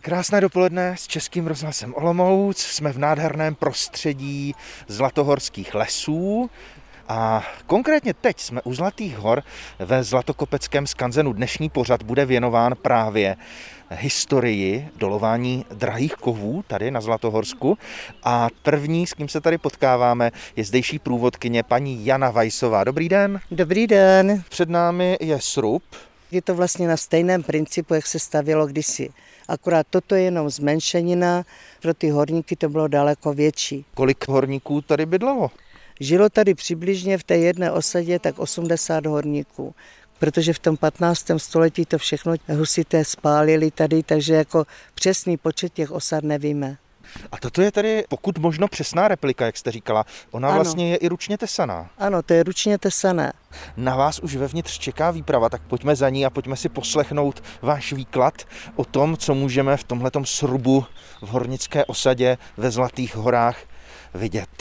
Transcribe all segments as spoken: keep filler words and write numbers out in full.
Krásné dopoledne s Českým rozhlasem Olomouc. Jsme v nádherném prostředí zlatohorských lesů a konkrétně teď jsme u Zlatých hor ve Zlatokopeckém skanzenu. Dnešní pořad bude věnován právě historii dolování drahých kovů tady na Zlatohorsku. A první, s kým se tady potkáváme, je zdejší průvodkyně paní Jana Weissová. Dobrý den. Dobrý den. Před námi je srub. Je to vlastně na stejném principu, jak se stavělo kdysi. Akorát toto je jenom zmenšenina, pro ty horníky to bylo daleko větší. Kolik horníků tady bydlelo? Žilo tady přibližně v té jedné osadě tak osmdesát horníků, protože v tom patnáctém století to všechno husité spálili tady, takže jako přesný počet těch osad nevíme. A toto je tady pokud možno přesná replika, jak jste říkala. Ona Ano. vlastně je i ručně tesaná. Ano, to je ručně tesané. Na vás už vevnitř čeká výprava, tak pojďme za ní a pojďme si poslechnout váš výklad o tom, co můžeme v tomhletom srubu v hornické osadě ve Zlatých horách vidět.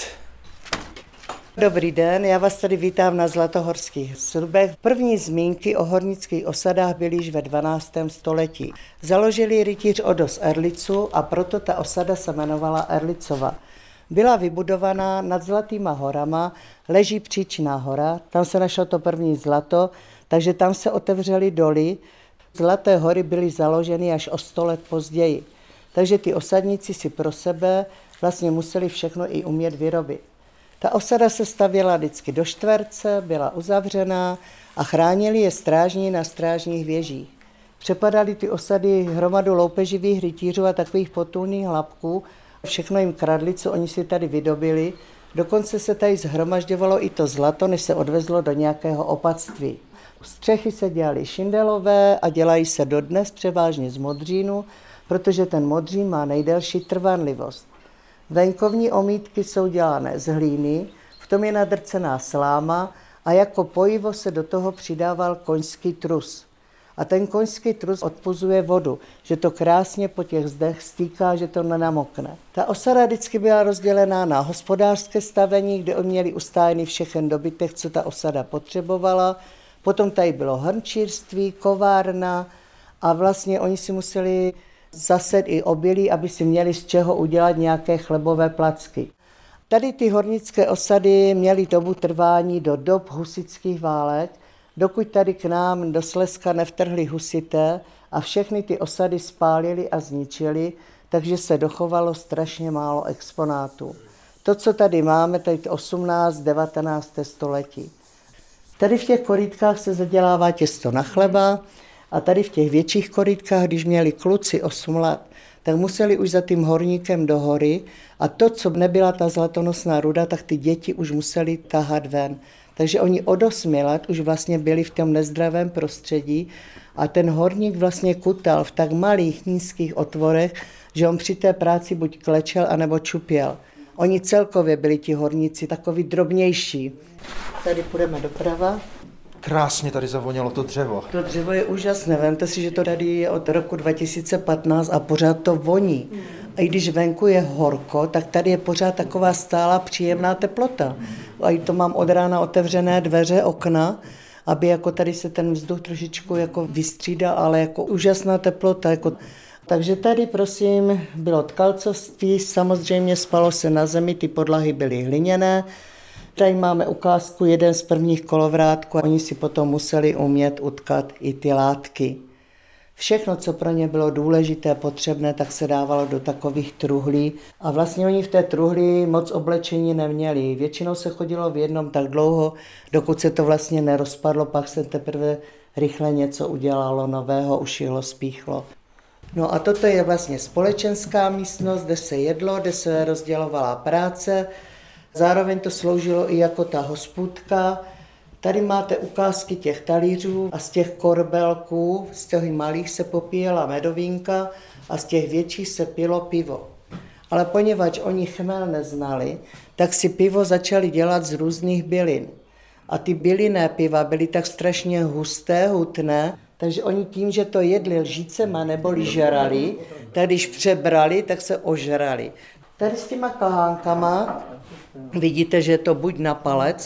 Dobrý den, já vás tady vítám na Zlatohorských srubech. První zmínky o hornických osadách byly již ve dvanáctém století. Založili rytíř Odo z Erlicu a proto ta osada se jmenovala Erlicova. Byla vybudovaná nad Zlatýma horama, leží Příčná hora, tam se našlo to první zlato, takže tam se otevřely doly. Zlaté hory byly založeny až o sto let později. Takže ty osadníci si pro sebe vlastně museli všechno i umět vyrobit. Ta osada se stavěla vždycky do čtverce, byla uzavřená a chránili je strážní na strážních věžích. Přepadaly ty osady hromadu loupeživých rytířů a takových potulných hlapků. Všechno jim kradli, co oni si tady vydobili. Dokonce se tady zhromažďovalo i to zlato, než se odvezlo do nějakého opatství. Střechy se dělaly šindelové a dělají se dodnes převážně z modřínu, protože ten modřín má nejdelší trvanlivost. Venkovní omítky jsou dělané z hlíny, v tom je nadrcená sláma a jako pojivo se do toho přidával koňský trus. A ten koňský trus odpuzuje vodu, že to krásně po těch zdech stýká, že to nenamokne. Ta osada vždycky byla rozdělená na hospodářské stavení, kde oni měli ustájený všechen dobytek, co ta osada potřebovala. Potom tady bylo hrnčírství, kovárna a vlastně oni si museli zased i obilí, aby si měli z čeho udělat nějaké chlebové placky. Tady ty hornické osady měly dobu trvání do dob husitských válek, dokud tady k nám do Slezska nevtrhli husité a všechny ty osady spálili a zničili, takže se dochovalo strašně málo exponátů. To, co tady máme, tady osmnácté devatenácté století. Tady v těch korytkách se zadělává těsto na chleba, a tady v těch větších korytkách, když měli kluci osm let, tak museli už za tím horníkem do hory a to, co nebyla ta zlatonosná ruda, tak ty děti už museli tahat ven. Takže oni od osmi let už vlastně byli v tom nezdravém prostředí a ten horník vlastně kutal v tak malých nízkých otvorech, že on při té práci buď klečel, anebo čupěl. Oni celkově byli ti horníci takový drobnější. Tady půjdeme doprava. Krásně tady zavonělo to dřevo. To dřevo je úžasné, vemte si, že to tady je od roku dva tisíce patnáct a pořád to voní. A i když venku je horko, tak tady je pořád taková stálá příjemná teplota. A i to mám od rána otevřené dveře, okna, aby jako tady se ten vzduch trošičku jako vystřídal, ale jako úžasná teplota. Jako... Takže tady, prosím, bylo tkalcovství, samozřejmě spalo se na zemi, ty podlahy byly hliněné. Tady máme ukázku jeden z prvních kolovrátků a oni si potom museli umět utkat i ty látky. Všechno, co pro ně bylo důležité, potřebné, tak se dávalo do takových truhlí a vlastně oni v té truhli moc oblečení neměli. Většinou se chodilo v jednom tak dlouho, dokud se to vlastně nerozpadlo, pak se teprve rychle něco udělalo nového, ušilo, spíchlo. No a toto je vlastně společenská místnost, kde se jedlo, kde se rozdělovala práce. Zároveň to sloužilo i jako ta hospůdka. Tady máte ukázky těch talířů a z těch korbelků, z těch malých se popíjela medovínka a z těch větších se pilo pivo. Ale poněvadž oni chmel neznali, tak si pivo začali dělat z různých bylin. A ty bylinné piva byly tak strašně husté, hutné, takže oni tím, že to jedli lžícema nebo žrali, tak když přebrali, tak se ožrali. Tady s těma kahánkama vidíte, že je to buď na palec,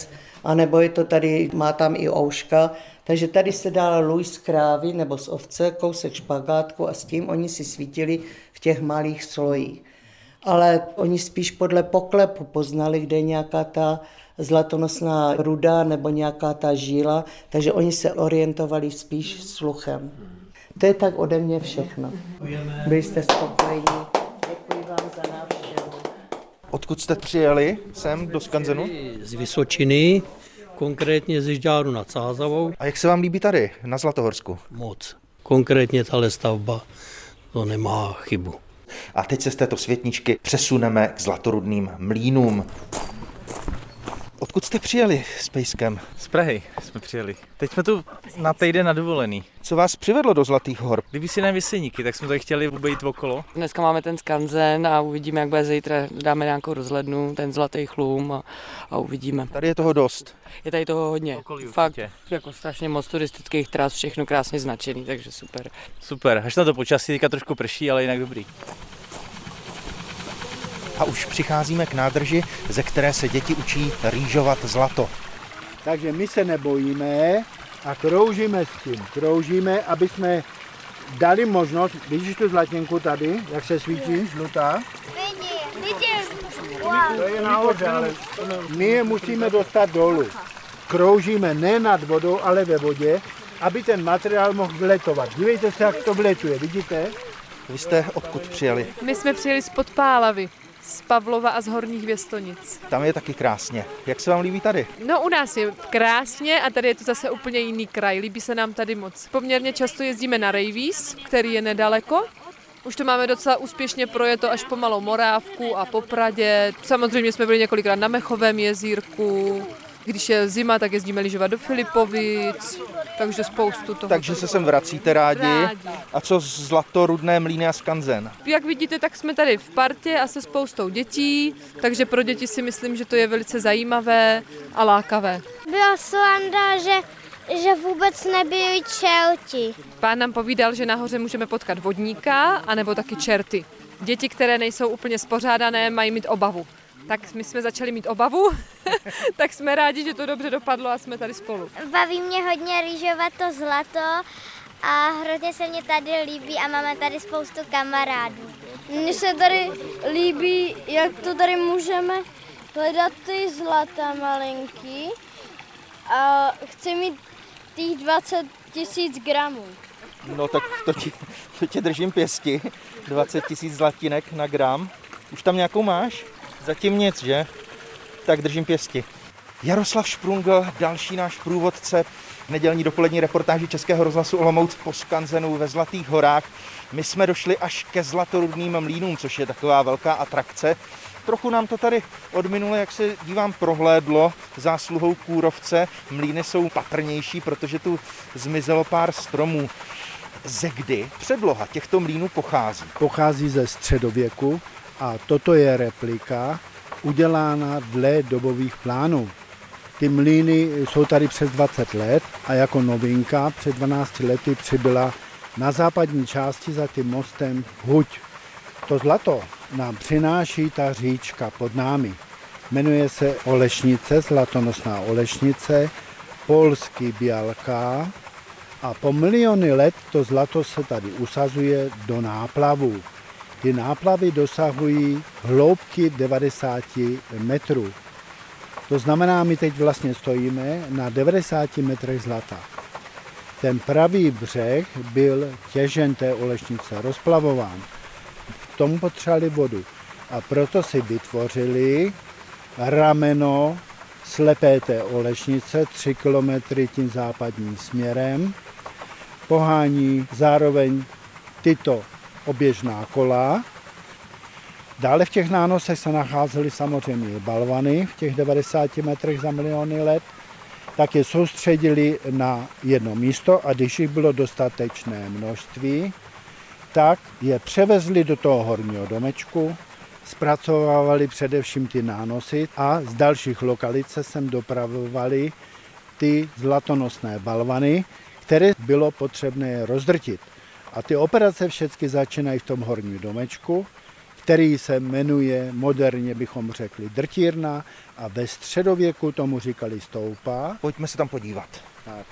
anebo je to tady, má tam i ouška, takže tady se dal lůj z krávy nebo z ovce, kousek špagátku a s tím oni si svítili v těch malých slojích. Ale oni spíš podle poklepu poznali, kde je nějaká ta zlatonosná ruda nebo nějaká ta žíla, takže oni se orientovali spíš sluchem. To je tak ode mě všechno. Byli jste spokojení. Děkuji vám za návštěvu. Odkud jste přijeli sem do skanzenu? Z Vysočiny, konkrétně ze Žďáru nad Sázavou. A jak se vám líbí tady, na Zlatohorsku? Moc. Konkrétně tahle stavba, to nemá chybu. A teď se z této světničky přesuneme k zlatorudným mlýnům. Odkud jste přijeli s pejskem? Z Prahy jsme přijeli. Teď jsme tu na týden na dovolený. Co vás přivedlo do Zlatých hor? Kdyby si ne Věseníky, tak jsme tady chtěli obejít okolo. Dneska máme ten skanzen a uvidíme, jak bude zítra. Dáme nějakou rozhlednu, ten Zlatý chlum a, a uvidíme. Tady je toho dost. Je tady toho hodně. Okolí Fakt určitě. jako strašně moc turistických tras, všechno krásně značený, takže super. Super, až na to počasí, teďka trošku prší, ale jinak dobrý. A už přicházíme k nádrži, ze které se děti učí rýžovat zlato. Takže my se nebojíme a kroužíme s tím. Kroužíme, aby jsme dali možnost, vidíš tu zlatěnku tady, jak se svítí, žlutá? To je nahoře, ale my je musíme dostat dolů. Kroužíme ne nad vodou, ale ve vodě, aby ten materiál mohl vyletovat. Dívejte se, jak to vyletuje, vidíte? Vy jste odkud přijeli? My jsme přijeli z Podpálavy, z Pavlova a z Horních Věstonic. Tam je taky krásně. Jak se vám líbí tady? No u nás je krásně a tady je to zase úplně jiný kraj, líbí se nám tady moc. Poměrně často jezdíme na Rejvíz, který je nedaleko. Už to máme docela úspěšně projeto až po Malou Morávku a po Pradě. Samozřejmě jsme byli několikrát na Mechovém jezírku. Když je zima, tak jezdíme lyžovat do Filipovic, takže spoustu toho. Takže se sem vracíte rádi. Rádi. A co zlatorudné mlýny a skanzen? Jak vidíte, tak jsme tady v partě a se spoustou dětí, takže pro děti si myslím, že to je velice zajímavé a lákavé. Byla sranda, že, že vůbec nebyly čerti. Pán nám povídal, že nahoře můžeme potkat vodníka, anebo taky čerty. Děti, které nejsou úplně spořádané, mají mít obavu. Tak my jsme začali mít obavu, tak jsme rádi, že to dobře dopadlo a jsme tady spolu. Baví mě hodně rýžovat to zlato a hrozně se mě tady líbí a máme tady spoustu kamarádů. Mně se tady líbí, jak to tady můžeme hledat ty zlata malinký a chci mít těch dvacet tisíc gramů. No tak to ti, to tě držím pěsti. dvacet tisíc zlatinek na gram. Už tam nějakou máš? Zatím nic, že? Tak držím pěsti. Jaroslav Šprungl, další náš průvodce v nedělní dopolední reportáži Českého rozhlasu Olomouc po skanzenu ve Zlatých horách. My jsme došli až ke zlatorudným mlýnům, což je taková velká atrakce. Trochu nám to tady od minule, jak se dívám, prohlédlo zásluhou kůrovce. Mlýny jsou patrnější, protože tu zmizelo pár stromů. Ze kdy předloha těchto mlýnů pochází? Pochází ze středověku a toto je replika udělána dle dobových plánů. Ty mlýny jsou tady přes dvacet let a jako novinka před dvanácti lety přibyla na západní části za tím mostem huť. To zlato nám přináší ta říčka pod námi. Jmenuje se Olešnice, zlatonosná Olešnice, polsky Bialka a po miliony let to zlato se tady usazuje do náplavů. Ty náplavy dosahují hloubky devadesát metrů. To znamená, my teď vlastně stojíme na devadesáti metrech zlata. Ten pravý břeh byl těžen té Olešnice, rozplavován. K tomu potřebovali vodu. A proto si vytvořili rameno slepé té Olešnice, tři kilometry tím západním směrem. Pohání zároveň tyto oběžná kola. Dále v těch nánosech se nacházely samozřejmě balvany v těch devadesáti metrech za miliony let. Tak je soustředili na jedno místo a když jich bylo dostatečné množství, tak je převezli do toho horního domečku, zpracovávali především ty nánosy a z dalších lokalit se sem dopravovali ty zlatonosné balvany, které bylo potřebné rozdrtit. A ty operace všechny začínají v tom horním domečku, který se jmenuje, moderně bychom řekli, drtírna, a ve středověku tomu říkali stoupa. Pojďme se tam podívat. Tak.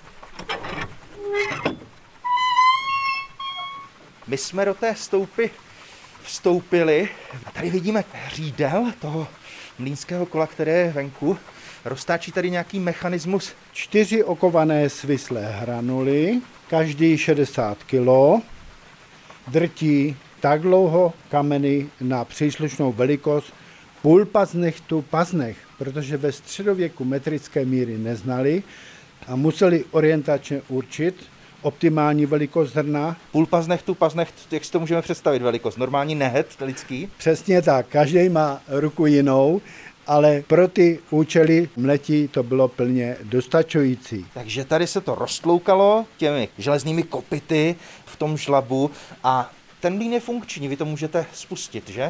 My jsme do té stoupy vstoupili a tady vidíme hřídel toho mlýnského kola, které je venku. Roztáčí tady nějaký mechanismus. Čtyři okované svislé hranuly, každý šedesát kilo, drtí tak dlouho kameny na příslušnou velikost půl paznechtu paznech, protože ve středověku metrické míry neznali a museli orientačně určit optimální velikost zrna. Půl paznechtu paznecht, jak si to můžeme představit velikost? Normální nehet lidský? Přesně tak, každý má ruku jinou, ale pro ty účely mletí to bylo plně dostačující. Takže tady se to roztloukalo těmi železnými kopyty v tom žlabu a ten mlýn je funkční, vy to můžete spustit, že?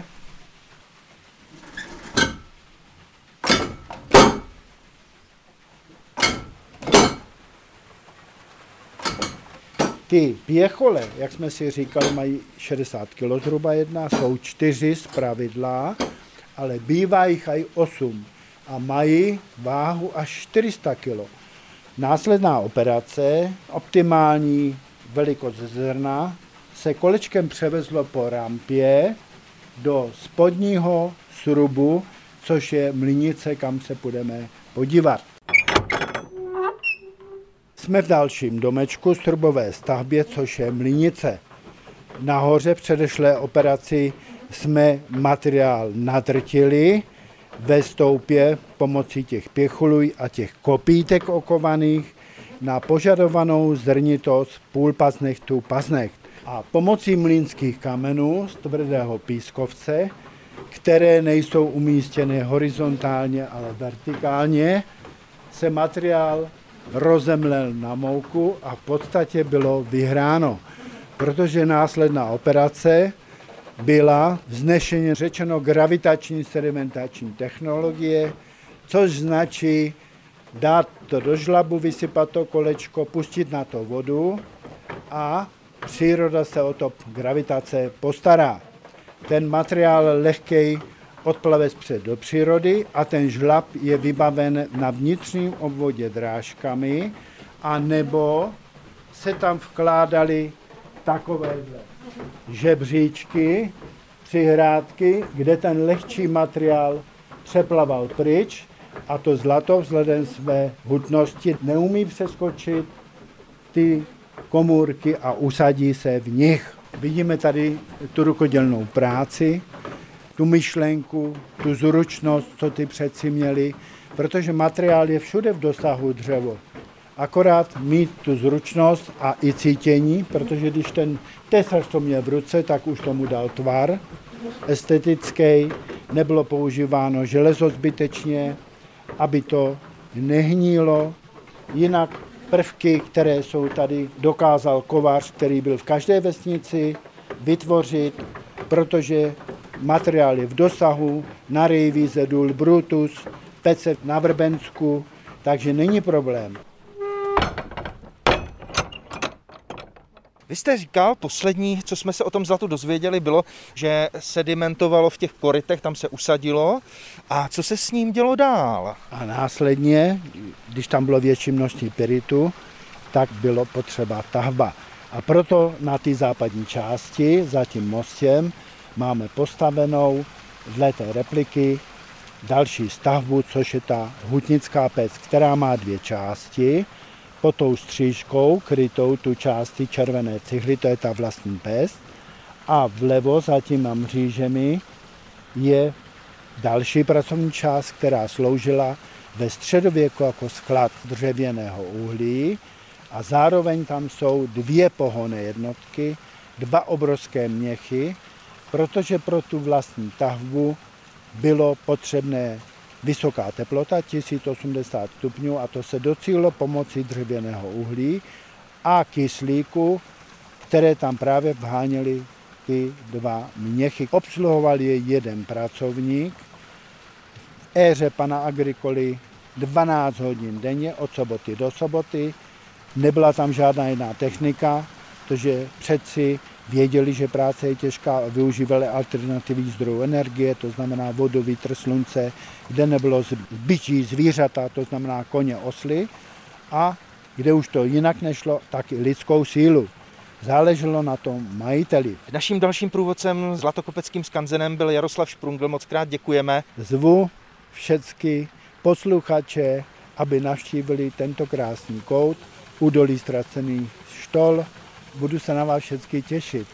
Ty pěchole, jak jsme si říkali, mají šedesát kilo zhruba jedna, jsou čtyři z pravidla, ale bývá jich aj osm a mají váhu až čtyři sta kilo. Následná operace, optimální velikost zrna, se kolečkem převezlo po rampě do spodního srubu, což je mlýnice, kam se budeme podívat. Jsme v dalším domečku, srubové stavbě, což je mlýnice. Nahoře v předešlé operaci jsme materiál nadrtili ve stoupě pomocí těch pěchuluj a těch kopítek okovaných na požadovanou zrnitost půl paznechtu paznecht. A pomocí mlýnských kamenů z tvrdého pískovce, které nejsou umístěny horizontálně, ale vertikálně, se materiál rozemlel na mouku a v podstatě bylo vyhráno, protože následná operace byla vznešeně řečeno gravitační sedimentační technologie, což značí dát to do žlabu, vysypat to kolečko, pustit na to vodu a příroda se o to gravitace postará. Ten materiál lehkej odplave zpřed do přírody a ten žlab je vybaven na vnitřním obvodě drážkami, a nebo se tam vkládaly takovéhle žebříčky, přihrádky, kde ten lehčí materiál přeplaval pryč a to zlato vzhledem své hutnosti neumí přeskočit ty komůrky a usadí se v nich. Vidíme tady tu rukodělnou práci, tu myšlenku, tu zručnost, co ty předci měli, protože materiál je všude v dosahu dřevo. Akorát mít tu zručnost a i cítění, protože když ten tesař to měl v ruce, tak už tomu dal tvar estetický, nebylo používáno železo zbytečně, aby to nehnílo. Jinak prvky, které jsou tady, dokázal kovář, který byl v každé vesnici, vytvořit, protože materiál je v dosahu, na rejvíze důl Brutus, pece na Vrbensku, takže není problém. Vy jste říkal, poslední, co jsme se o tom zlatu dozvěděli, bylo, že sedimentovalo v těch korytech, tam se usadilo. A co se s ním dělo dál? A následně, když tam bylo větší množství pyritu, tak bylo potřeba tahba. A proto na té západní části, za tím mostem, máme postavenou dle té repliky další stavbu, což je ta hutnická pec, která má dvě části. Pod tou střížkou krytou tu části červené cihly, to je ta vlastní pec. A vlevo za těma mřížemi je další pracovní část, která sloužila ve středověku jako sklad dřevěného uhlí. A zároveň tam jsou dvě pohonné jednotky, dva obrovské měchy, protože pro tu vlastní tahbu bylo potřebné vysoká teplota, tisíc osmdesát stupňů, a to se docílilo pomocí dřevěného uhlí a kyslíku, které tam právě vháněly ty dva měchy. Obsluhoval je jeden pracovník, v éře pana Agrikoly dvanáct hodin denně, od soboty do soboty. Nebyla tam žádná jiná technika, protože předci věděli, že práce je těžká a využívali alternativní zdrojů energie, to znamená vodu, vítr, slunce, kde nebylo byčí zvířata, to znamená koně, osly, a kde už to jinak nešlo, tak i lidskou sílu. Záleželo na tom majiteli. Naším dalším průvodcem zlatokopeckým skanzenem byl Jaroslav Šprungl, moc krát děkujeme. Zvu všechny posluchače, aby navštívili tento krásný kout, údolí ztracených štol. Budu se na vás všechny těšit.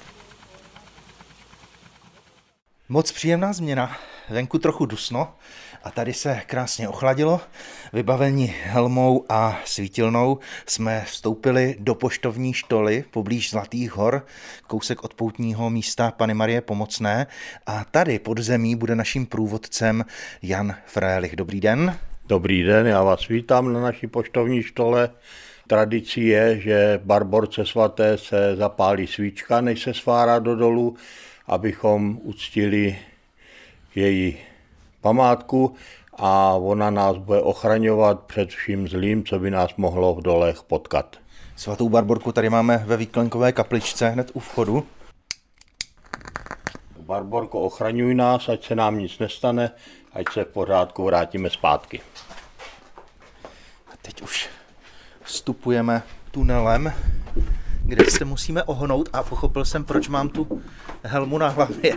Moc příjemná změna. Venku trochu dusno a tady se krásně ochladilo. Vybavení helmou a svítilnou jsme vstoupili do poštovní štoly poblíž Zlatých hor, kousek od poutního místa Panny Marie Pomocné, a tady pod zemí bude naším průvodcem Jan Frélich. Dobrý den. Dobrý den, já vás vítám na naší poštovní štole. Tradicí je, že Barborce svaté se zapálí svíčka, než se svárá do dolu, abychom uctili její památku a ona nás bude ochraňovat před vším zlým, co by nás mohlo v dolech potkat. Svatou Barborku tady máme ve výklenkové kapličce hned u vchodu. Barborko, ochraňuj nás, ať se nám nic nestane, ať se v pořádku vrátíme zpátky. A teď už vstupujeme tunelem, kde se musíme ohnout, a pochopil jsem, proč mám tu helmu na hlavě.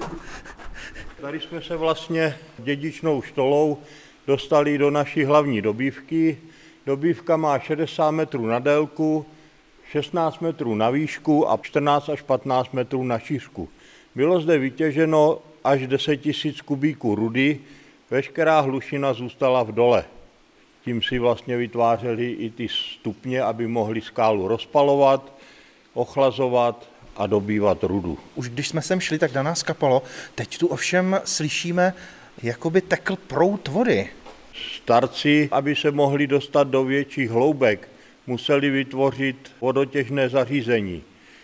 Tady jsme se vlastně dědičnou štolou dostali do naší hlavní dobývky. Dobývka má šedesát metrů na délku, šestnáct metrů na výšku a čtrnáct až patnáct metrů na šířku. Bylo zde vytěženo až deset tisíc kubíků rudy, veškerá hlušina zůstala v dole. Tím si vlastně vytvářeli i ty stupně, aby mohli skálu rozpalovat, ochlazovat a dobývat rudu. Už když jsme sem šli, tak na nás kapalo. Teď tu ovšem slyšíme, jako by tekl proud vody. Starci, aby se mohli dostat do větších hloubek, museli vytvořit vodotěžné zařízení.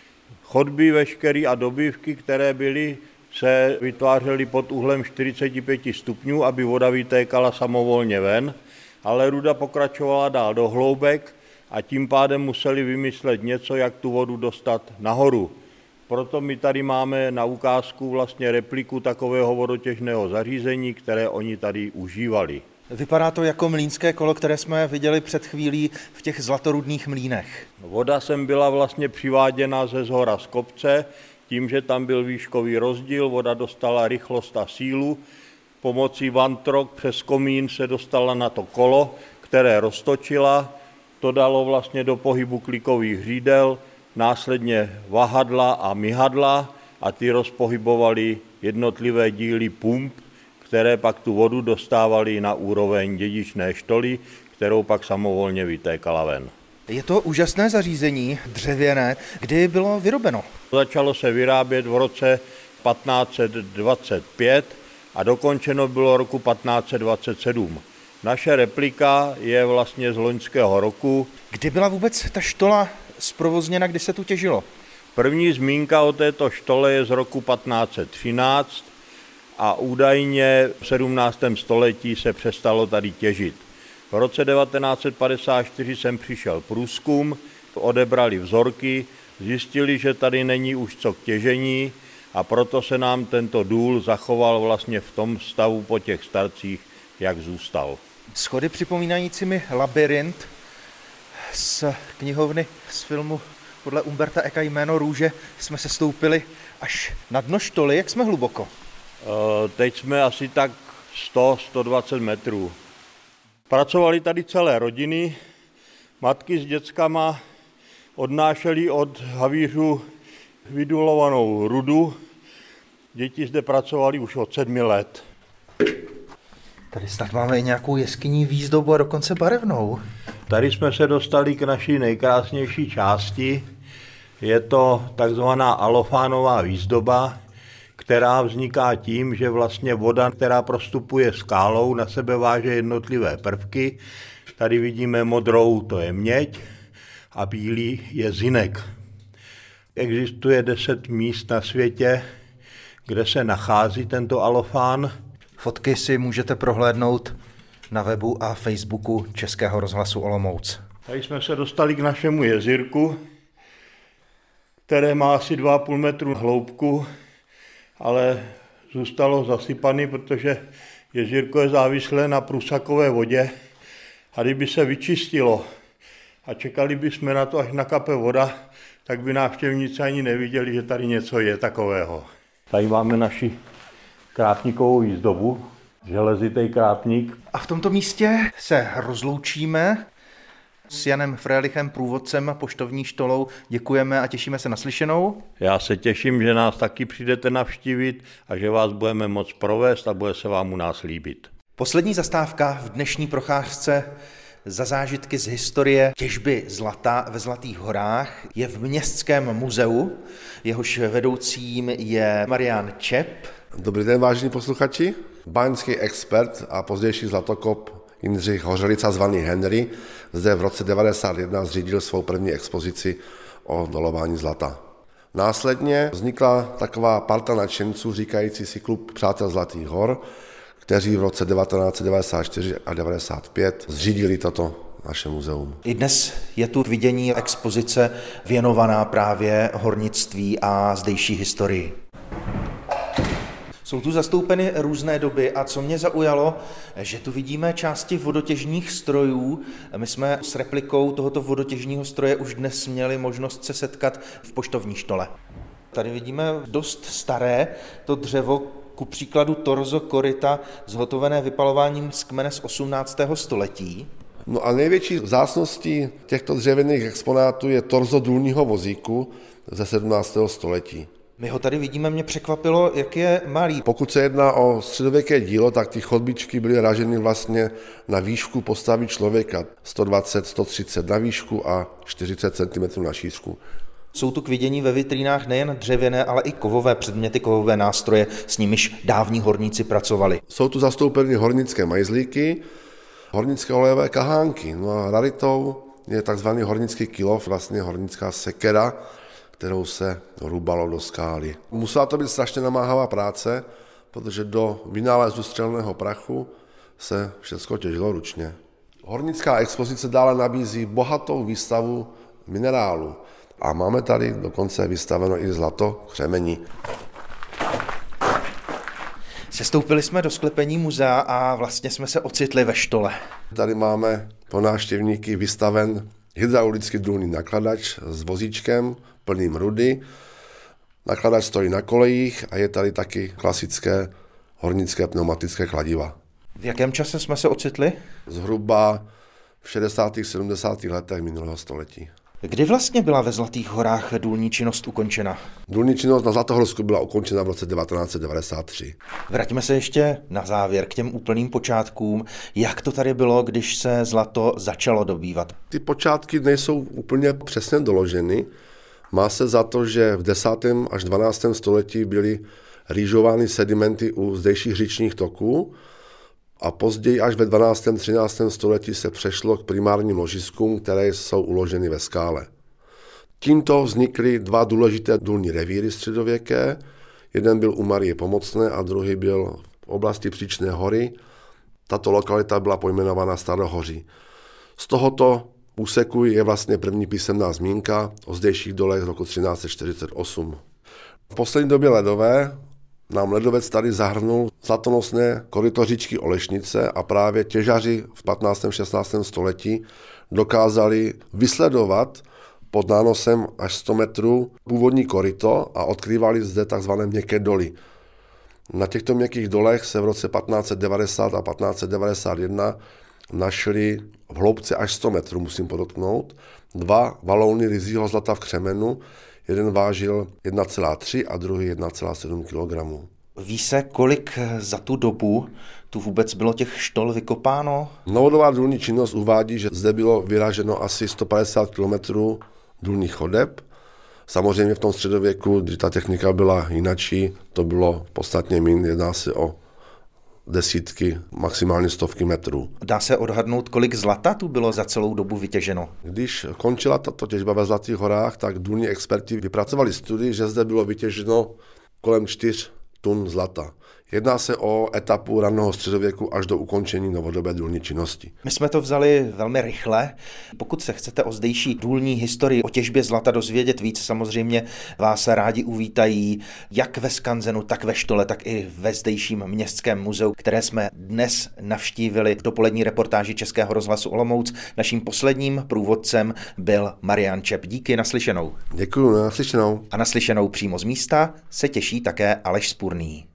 Chodby veškeré a dobývky, které byly, se vytvářely pod úhlem čtyřicet pět stupňů, aby voda vytékala samovolně ven, ale ruda pokračovala dál do hloubek a tím pádem museli vymyslet něco, jak tu vodu dostat nahoru. Proto my tady máme na ukázku vlastně repliku takového vodotěžného zařízení, které oni tady užívali. Vypadá to jako mlýnské kolo, které jsme viděli před chvílí v těch zlatorudných mlýnech. Voda sem byla vlastně přiváděna ze zhora z kopce, tím, že tam byl výškový rozdíl, voda dostala rychlost a sílu. Pomocí vantrok přes komín se dostala na to kolo, které roztočila. To dalo vlastně do pohybu klikových hřídel, následně vahadla a myhadla a ty rozpohybovaly jednotlivé díly pump, které pak tu vodu dostávaly na úroveň dědičné štoly, kterou pak samovolně vytékala ven. Je to úžasné zařízení, dřevěné. Kdy bylo vyrobeno? Začalo se vyrábět v roce patnáct set dvacet pět a dokončeno bylo roku patnáct set dvacet sedm. Naše replika je vlastně z loňského roku. Kdy byla vůbec ta štola zprovozněna, kdy se tu těžilo? První zmínka o této štole je z roku patnáct set třináct a údajně v sedmnáctém století se přestalo tady těžit. V roce devatenáct set padesát čtyři sem přišel průzkum, odebrali vzorky, zjistili, že tady není už co k těžení a proto se nám tento důl zachoval vlastně v tom stavu po těch starcích, jak zůstal. Schody připomínající mi labyrint z knihovny z filmu podle Umberta Eka Jméno růže jsme se stoupili až na dno štoly. Jak jsme hluboko? Teď jsme asi tak sto až sto dvacet metrů. Pracovali tady celé rodiny, matky s dětskama odnášely od havířů vydulovanou rudu. Děti zde pracovali už od sedmi let. Tady snad máme i nějakou jeskyní výzdobu a dokonce barevnou. Tady jsme se dostali k naší nejkrásnější části. Je to takzvaná alofánová výzdoba, která vzniká tím, že vlastně voda, která prostupuje skálou, na sebe váže jednotlivé prvky. Tady vidíme modrou, to je měď, a bílý je zinek. Existuje deset míst na světě, kde se nachází tento alofán. Fotky si můžete prohlédnout na webu a Facebooku Českého rozhlasu Olomouc. Tady jsme se dostali k našemu jezírku, které má asi dva a půl metru hloubku, ale zůstalo zasypané, protože jezírko je závislé na průsakové vodě a kdyby se vyčistilo a čekali bychom na to, až nakape voda, tak by návštěvníci ani neviděli, že tady něco je takového. Tady máme naši krátníkovou výzdobu, železitý krátník. A v tomto místě se rozloučíme s Janem Frélichem, průvodcem poštovní štolou. Děkujeme a těšíme se na slyšenou. Já se těším, že nás taky přijdete navštívit a že vás budeme moct provést a bude se vám u nás líbit. Poslední zastávka v dnešní procházce za zážitky z historie těžby zlata ve Zlatých horách je v Městském muzeu. Jehož vedoucím je Marián Čep. Dobrý den, vážení posluchači. Báňský expert a pozdější zlatokop Jindřich Hořelica, zvaný Henry, zde v roce devadesát jedna zřídil svou první expozici o dolování zlata. Následně vznikla taková parta nadšenců, říkající si Klub přátel Zlatých hor, kteří v roce devatenáct set devadesát čtyři a devadesát pět zřídili toto naše muzeum. I dnes je tu k vidění expozice věnovaná právě hornictví a zdejší historii. Jsou tu zastoupeny různé doby a co mě zaujalo, že tu vidíme části vodotěžních strojů. My jsme s replikou tohoto vodotěžního stroje už dnes měli možnost se setkat v poštovní štole. Tady vidíme dost staré to dřevo, ku příkladu torzo koryta, zhotovené vypalováním z kmene z osmnáctého století. No a největší vzácností těchto dřevěných exponátů je torzo důlního vozíku ze sedmnáctého století. My ho tady vidíme, mě překvapilo, jak je malý. Pokud se jedná o středověké dílo, tak ty chodbičky byly raženy vlastně na výšku postavy člověka. sto dvacet až sto třicet na výšku a čtyřicet centimetrů na šířku. Jsou tu k vidění ve vitrínách nejen dřevěné, ale i kovové předměty, kovové nástroje, s nimiž dávní horníci pracovali. Jsou tu zastoupeny hornické majzlíky, hornické olejové kahánky. No a raritou je takzvaný hornický kilov, vlastně hornická sekera, kterou se rubalo do skály. Musela to být strašně namáhavá práce, protože do vynálezu střelného prachu se všechno těžilo ručně. Hornická expozice dále nabízí bohatou výstavu minerálu a máme tady dokonce vystaveno i zlato křemení. Sestoupili jsme do sklepení muzea a vlastně jsme se ocitli ve štole. Tady máme pro návštěvníky vystaven hydraulický důlní nakladač s vozíčkem plným rudy. Nakladač stojí na kolejích a je tady taky klasické hornické pneumatické kladiva. V jakém čase jsme se ocitli? Zhruba v šedesátých sedmdesátých letech minulého století. Kdy vlastně byla ve Zlatých horách důlní činnost ukončena? Důlní činnost na Zlatohorsku byla ukončena v roce devatenáct set devadesát tři. Vraťme se ještě na závěr k těm úplným počátkům. Jak to tady bylo, když se zlato začalo dobývat? Ty počátky nejsou úplně přesně doloženy. Má se za to, že v desátém až dvanáctém století byly rýžovány sedimenty u zdejších říčních toků a později až ve dvanáctém třináctém století se přešlo k primárním ložiskům, které jsou uloženy ve skále. Tímto vznikly dva důležité důlní revíry středověké. Jeden byl u Marie Pomocné a druhý byl v oblasti Příčné hory. Tato lokalita byla pojmenována Starohoří. Z tohoto úseku je vlastně první písemná zmínka o zdejších dolech z roku třináct set čtyřicet osm. V poslední době ledové nám ledovec tady zahrnul zlatonosné koryto říčky Olešnice a právě těžaři v patnáctém šestnáctém století dokázali vysledovat pod nánosem až sto metrů původní koryto a odkrývali zde tzv. Měkké doly. Na těchto měkkých dolech se v roce patnáct set devadesát a patnáct set devadesát jedna našli v hloubce až sto metrů, musím podotknout, dva valouny ryzího zlata v křemenu. Jeden vážil jedna celá tři a druhý jedna celá sedm kilogramů. Ví se, kolik za tu dobu tu vůbec bylo těch štol vykopáno? Novodobá důlní činnost uvádí, že zde bylo vyraženo asi sto padesát kilometrů důlních chodeb. Samozřejmě v tom středověku, kdy ta technika byla jinačí, to bylo podstatně méně, jedná se o desítky, maximálně stovky metrů. Dá se odhadnout, kolik zlata tu bylo za celou dobu vytěženo? Když končila tato těžba ve Zlatých horách, tak důlní experti vypracovali studii, že zde bylo vytěženo kolem čtyř tun zlata. Jedná se o etapu raného středověku až do ukončení novodobé důlní činnosti. My jsme to vzali velmi rychle. Pokud se chcete o zdejší důlní historii, o těžbě zlata dozvědět víc, samozřejmě vás rádi uvítají jak ve skanzenu, tak ve štole, tak i ve zdejším městském muzeu, které jsme dnes navštívili v dopolední reportáži Českého rozhlasu Olomouc. Naším posledním průvodcem byl Marián Čep. Díky, naslyšenou. Děkuji, naslyšenou. A naslyšenou přímo z místa se těší také Aleš Spurný.